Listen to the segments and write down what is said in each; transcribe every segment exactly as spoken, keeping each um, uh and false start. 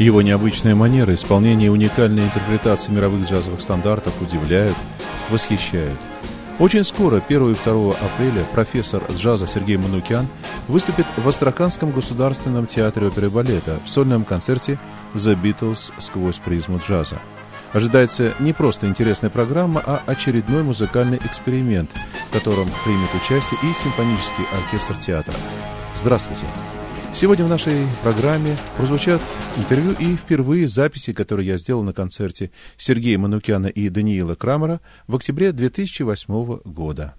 Его необычная манера исполнения и уникальная интерпретация мировых джазовых стандартов удивляют, восхищают. Очень скоро, первого и второго апреля, профессор джаза Сергей Манукян выступит в Астраханском государственном театре оперы и балета в сольном концерте «The Beatles сквозь призму джаза». Ожидается не просто интересная программа, а очередной музыкальный эксперимент, в котором примет участие и симфонический оркестр театра. Здравствуйте! Сегодня в нашей программе прозвучат интервью и впервые записи, которые я сделал на концерте Сергея Манукяна и Даниила Крамера в октябре две тысячи восьмого года.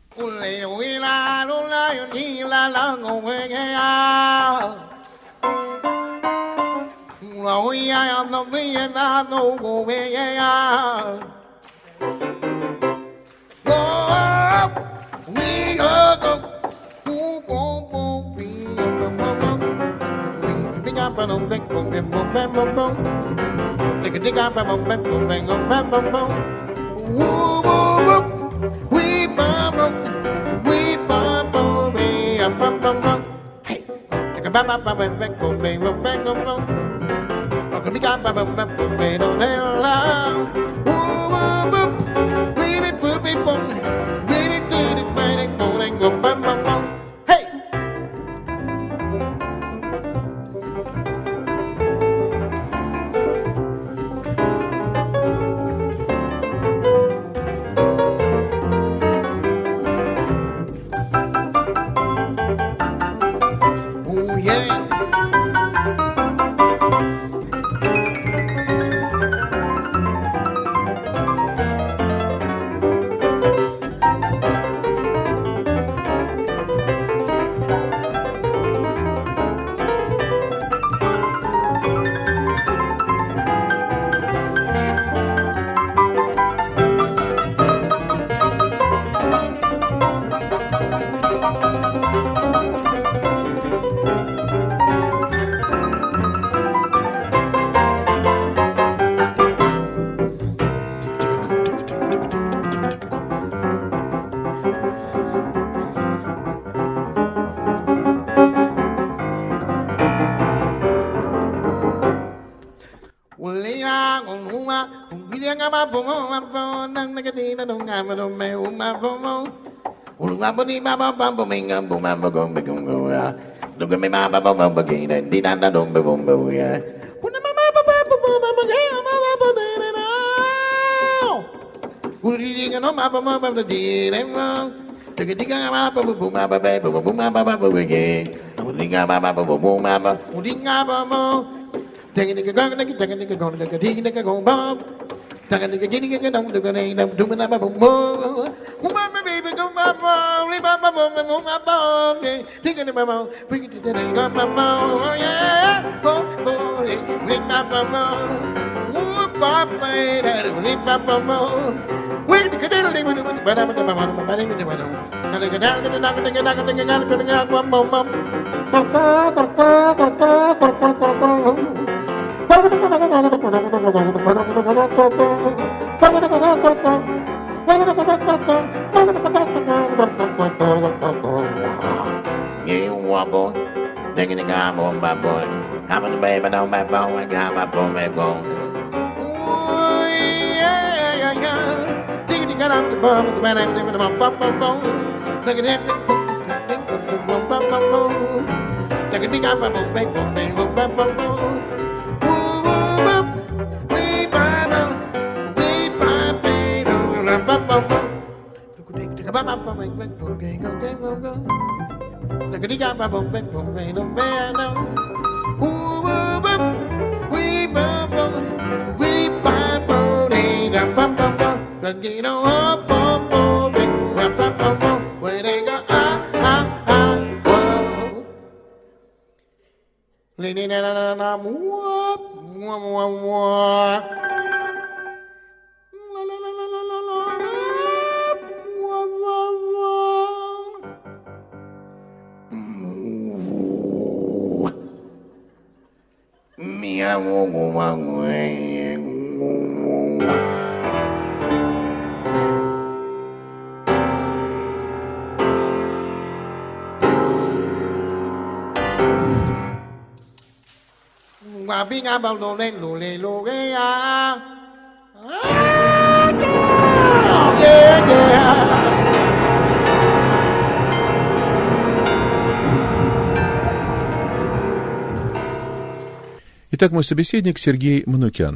Итак, мой собеседник Сергей Манукян.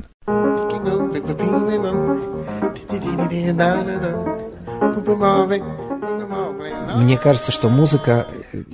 Мне кажется, что музыка,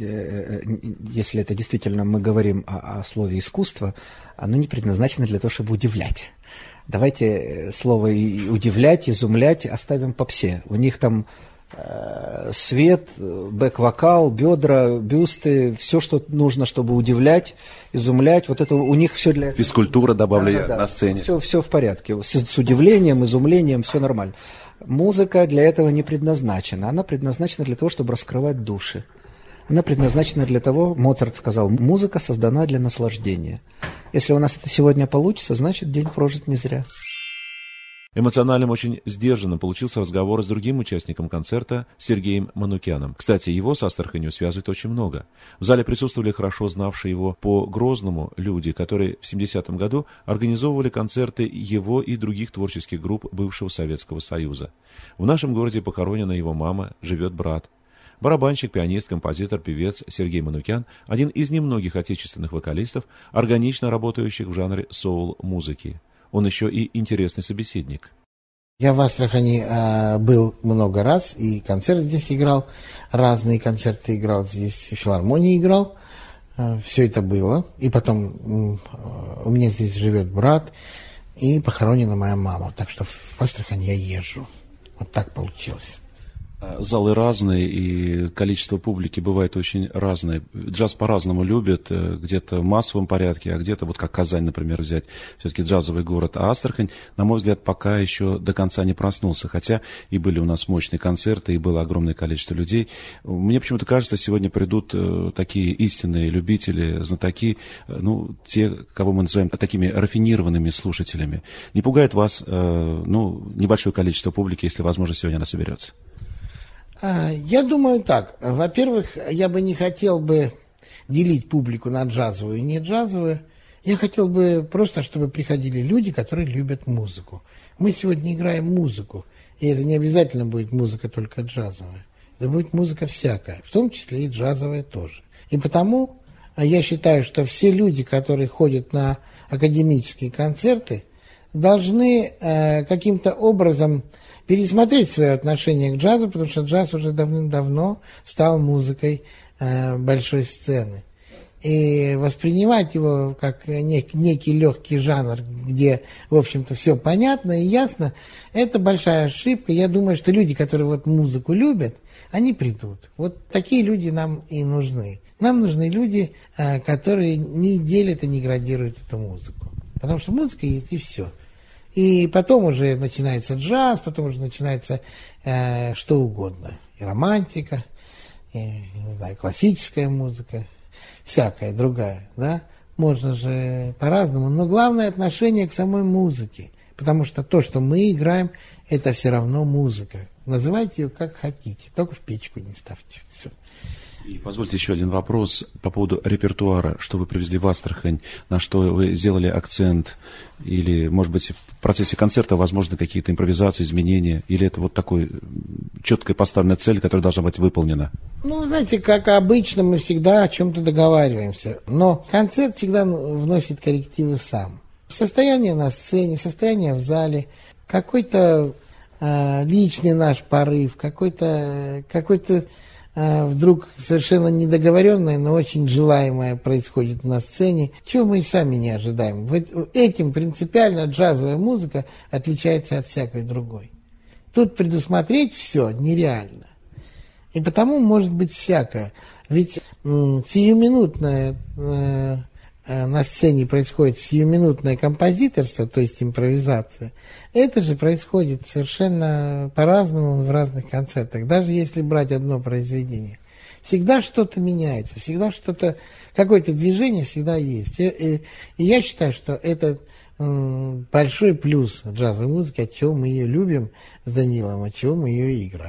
если это действительно мы говорим о, о слове искусство, оно не предназначено для того, чтобы удивлять. Давайте слово удивлять, изумлять оставим попсе. У них там э, свет, бэк-вокал, бедра, бюсты, все, что нужно, чтобы удивлять, изумлять. Вот это у них все для... Физкультура добавлена да, да, на сцене. Все, все в порядке. С, с удивлением, изумлением, все нормально. Музыка для этого не предназначена. Она предназначена для того, чтобы раскрывать души. Она предназначена для того, Моцарт сказал, музыка создана для наслаждения. Если у нас это сегодня получится, значит, день прожит не зря. Эмоциональным, очень сдержанным получился разговор с другим участником концерта Сергеем Манукяном. Кстати, его с Астраханью связывает очень много. В зале присутствовали хорошо знавшие его по Грозному люди, которые в семидесятом году организовывали концерты его и других творческих групп бывшего Советского Союза. В нашем городе похоронена его мама, живет брат. Барабанщик, пианист, композитор, певец Сергей Манукян – один из немногих отечественных вокалистов, органично работающих в жанре соул-музыки. Он еще и интересный собеседник. Я в Астрахани э, был много раз, и концерт здесь играл, разные концерты играл, здесь в филармонии играл, э, все это было. И потом э, у меня здесь живет брат, и похоронена моя мама, так что в Астрахань я езжу. Вот так получилось. Залы разные, и количество публики бывает очень разное. Джаз по-разному любят, где-то в массовом порядке, а где-то, вот как Казань, например, взять, все-таки джазовый город. А Астрахань, на мой взгляд, пока еще до конца не проснулся. Хотя и были у нас мощные концерты, и было огромное количество людей. Мне почему-то кажется, сегодня придут такие истинные любители, знатоки, ну, те, кого мы называем такими рафинированными слушателями. Не пугает вас, ну, небольшое количество публики, если, возможно, сегодня она соберется? Я думаю так. Во-первых, я бы не хотел бы делить публику на джазовую и не джазовую. Я хотел бы просто, чтобы приходили люди, которые любят музыку. Мы сегодня играем музыку, и это не обязательно будет музыка только джазовая. Это будет музыка всякая, в том числе и джазовая тоже. И потому я считаю, что все люди, которые ходят на академические концерты, должны э, каким-то образом пересмотреть свое отношение к джазу, потому что джаз уже давным-давно стал музыкой э, большой сцены. И воспринимать его как нек- некий легкий жанр, где, в общем-то, все понятно и ясно, это большая ошибка. Я думаю, что люди, которые вот музыку любят, они придут. Вот такие люди нам и нужны. Нам нужны люди, э, которые не делят и не градируют эту музыку. Потому что музыка есть и все. И потом уже начинается джаз, потом уже начинается э, что угодно. И романтика, и, не знаю, классическая музыка, всякая другая, да. Можно же по-разному, но главное отношение к самой музыке. Потому что то, что мы играем, это все равно музыка. Называйте ее как хотите, только в печку не ставьте. Все. И позвольте еще один вопрос по поводу репертуара, что вы привезли в Астрахань, на что вы сделали акцент, или, может быть, в процессе концерта возможны какие-то импровизации, изменения, или это вот такой четкая поставленная цель, которая должна быть выполнена? Ну, знаете, как обычно, мы всегда о чем-то договариваемся, но концерт всегда вносит коррективы сам. Состояние на сцене, состояние в зале, какой-то э, личный наш порыв, какой-то какой-то вдруг совершенно недоговоренное, но очень желаемое происходит на сцене, чего мы и сами не ожидаем. Вот этим принципиально джазовая музыка отличается от всякой другой. Тут предусмотреть все нереально. И потому может быть всякое. Ведь м, сиюминутное э, э, на сцене происходит сиюминутное композиторство, то есть импровизация. Это же происходит совершенно по-разному в разных концертах. Даже если брать одно произведение. Всегда что-то меняется, всегда что-то, какое-то движение всегда есть. И, и, и я считаю, что это м, большой плюс джазовой музыки, от чего мы ее любим с Данилом, от чего мы ее и играем.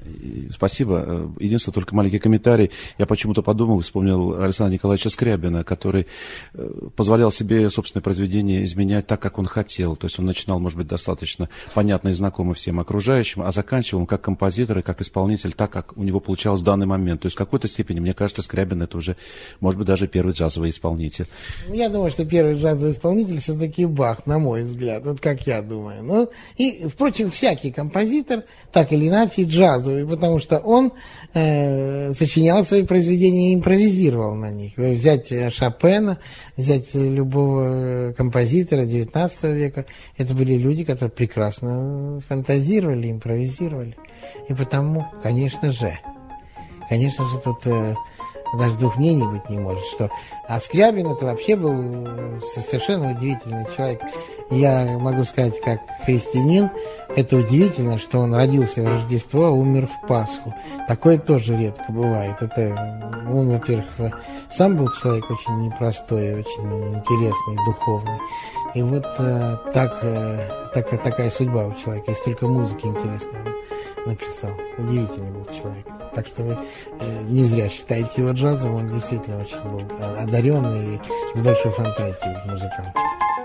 И спасибо. Единственное, только маленький комментарий. Я почему-то подумал, вспомнил Александра Николаевича Скрябина, который позволял себе собственное произведение изменять так, как он хотел. То есть он начинал, может быть, достаточно понятно и знакомо всем окружающим, а заканчивал он как композитор и как исполнитель так, как у него получалось в данный момент. То есть в какой-то степени, мне кажется, Скрябин это уже, может быть, даже первый джазовый исполнитель. Я думаю, что первый джазовый исполнитель все-таки Бах, на мой взгляд. Вот как я думаю. Ну, и, впрочем, всякий композитор, так или иначе, джазовый, потому что он э, сочинял свои произведения и импровизировал на них. Взять Шопена, взять любого композитора девятнадцатого века, это были люди, которые прекрасно фантазировали, импровизировали. И потому, конечно же, конечно же, тут э, даже двух мнений быть не может, что... А Скрябин это вообще был совершенно удивительный человек. Я могу сказать, как христианин, это удивительно, что он родился в Рождество, а умер в Пасху. Такое тоже редко бывает. Это, он, во-первых, сам был человек очень непростой, очень интересный, духовный. И вот э, так, э, так, такая судьба у человека. И столько музыки интересной он написал. Удивительный был человек. Так что вы э, не зря считаете его джазом. Он действительно очень был одаренный и с большой фантазией музыкант.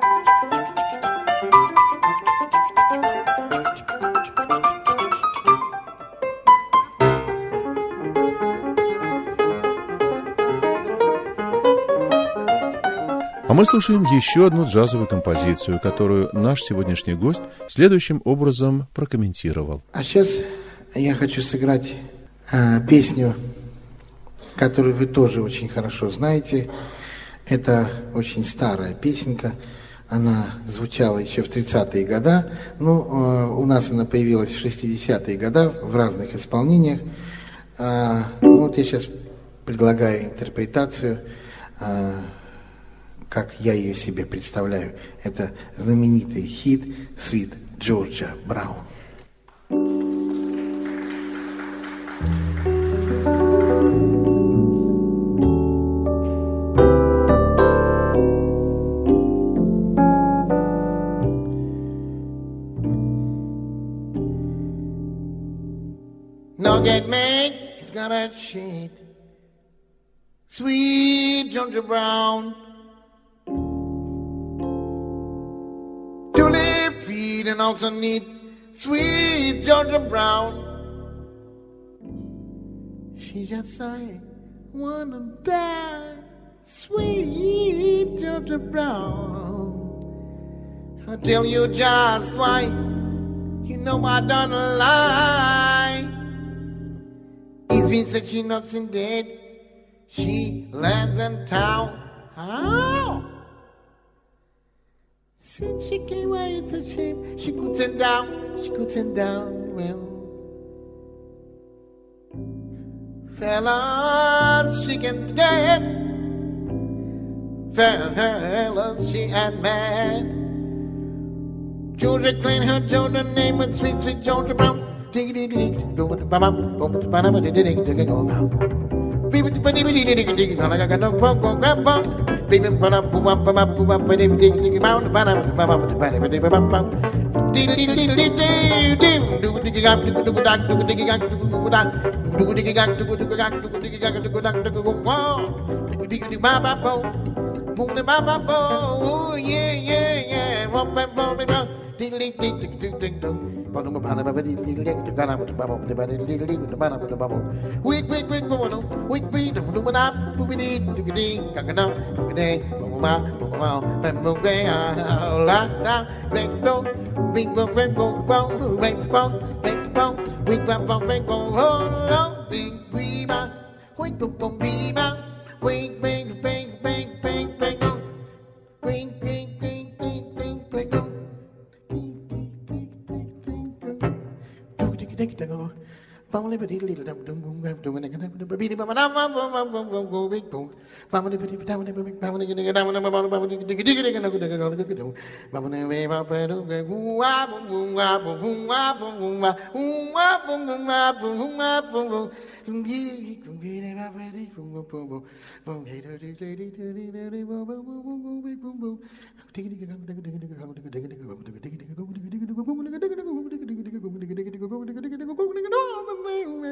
А мы слушаем еще одну джазовую композицию, которую наш сегодняшний гость следующим образом прокомментировал. А сейчас я хочу сыграть э, песню, которую вы тоже очень хорошо знаете. Это очень старая песенка. Она звучала еще в тридцатые годы. Ну, э, у нас она появилась в шестидесятые годы в разных исполнениях. Э, ну, вот я сейчас предлагаю интерпретацию, э, как я ее себе представляю. Это знаменитый хит «Sweet Georgia Brown». No get mad, he's got a shade. Sweet Georgia Brown. Tulip feet and also neat. Sweet Georgia Brown. She just sang, wanna die. Sweet Georgia Brown. I tell you just why. You know I don't lie. It's been such a knocks and dead. She lands in town. How? Since she came away, it's a shame. She could sit down, she could sit down. Well, fellas, she can get. Fellas, she had mad. Georgia clean her Georgia name with sweet, sweet Georgia Brown. Dig dig dig, do what the bam bam, but the banana dig dig dig go now. Baby, but dig dig dig dig, I got no punk on grab bum. Baby, but I'm boom up, boom up, boom up, but dig dig dig round the banana, the banana, the banana, the banana. Dig dig dig dig dig dig, do dig up, do do that, do dig up, do that, do dig up, do do that, do dig up, do that, do go wow. Dig dig ba ba bo, boom the ba ba bo, oh yeah yeah yeah, rock and roll me round. Dig dig dig dig dig dig dig. Week, week, week, week, week,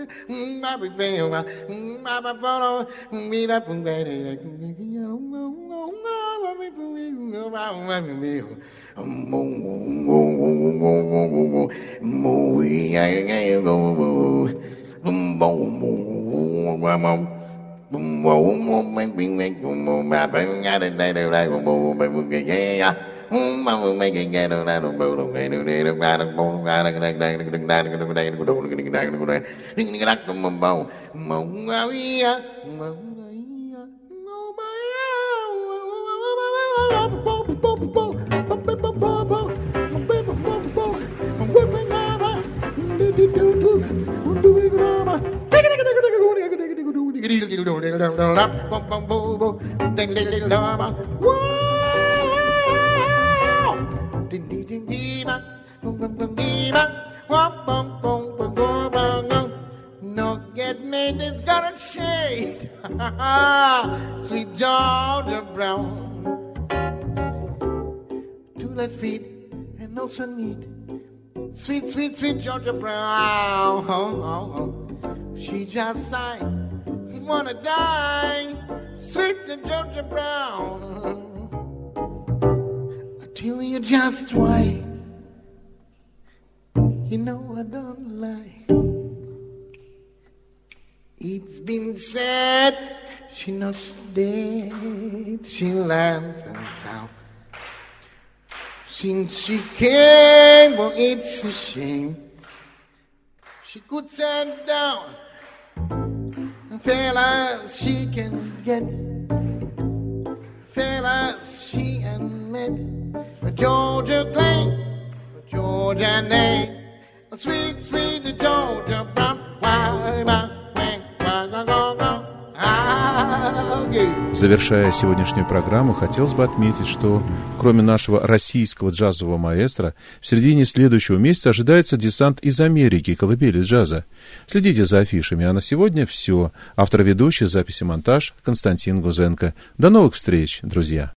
No get made, it's got a shade. Sweet Georgia Brown. Two left feet and also neat. Sweet, sweet, sweet Georgia Brown. Oh, oh, oh. She just sighed, wanna die. Sweet Georgia Brown. I tell you just why. You know I don't lie. It's been said she not dead. She lands in town. Since she came, well, it's a shame. She could sit down. Fellas she can get. Fellas she admit. A Georgia Clay, a Georgia name. A sweet, sweet Georgia Brown. Why, why, why, why, why, why, Завершая сегодняшнюю программу, хотелось бы отметить, что кроме нашего российского джазового маэстро, в середине следующего месяца ожидается десант из Америки, колыбели джаза. Следите за афишами, а на сегодня все. Автор-ведущий, запись и монтаж Константин Гузенко. До новых встреч, друзья!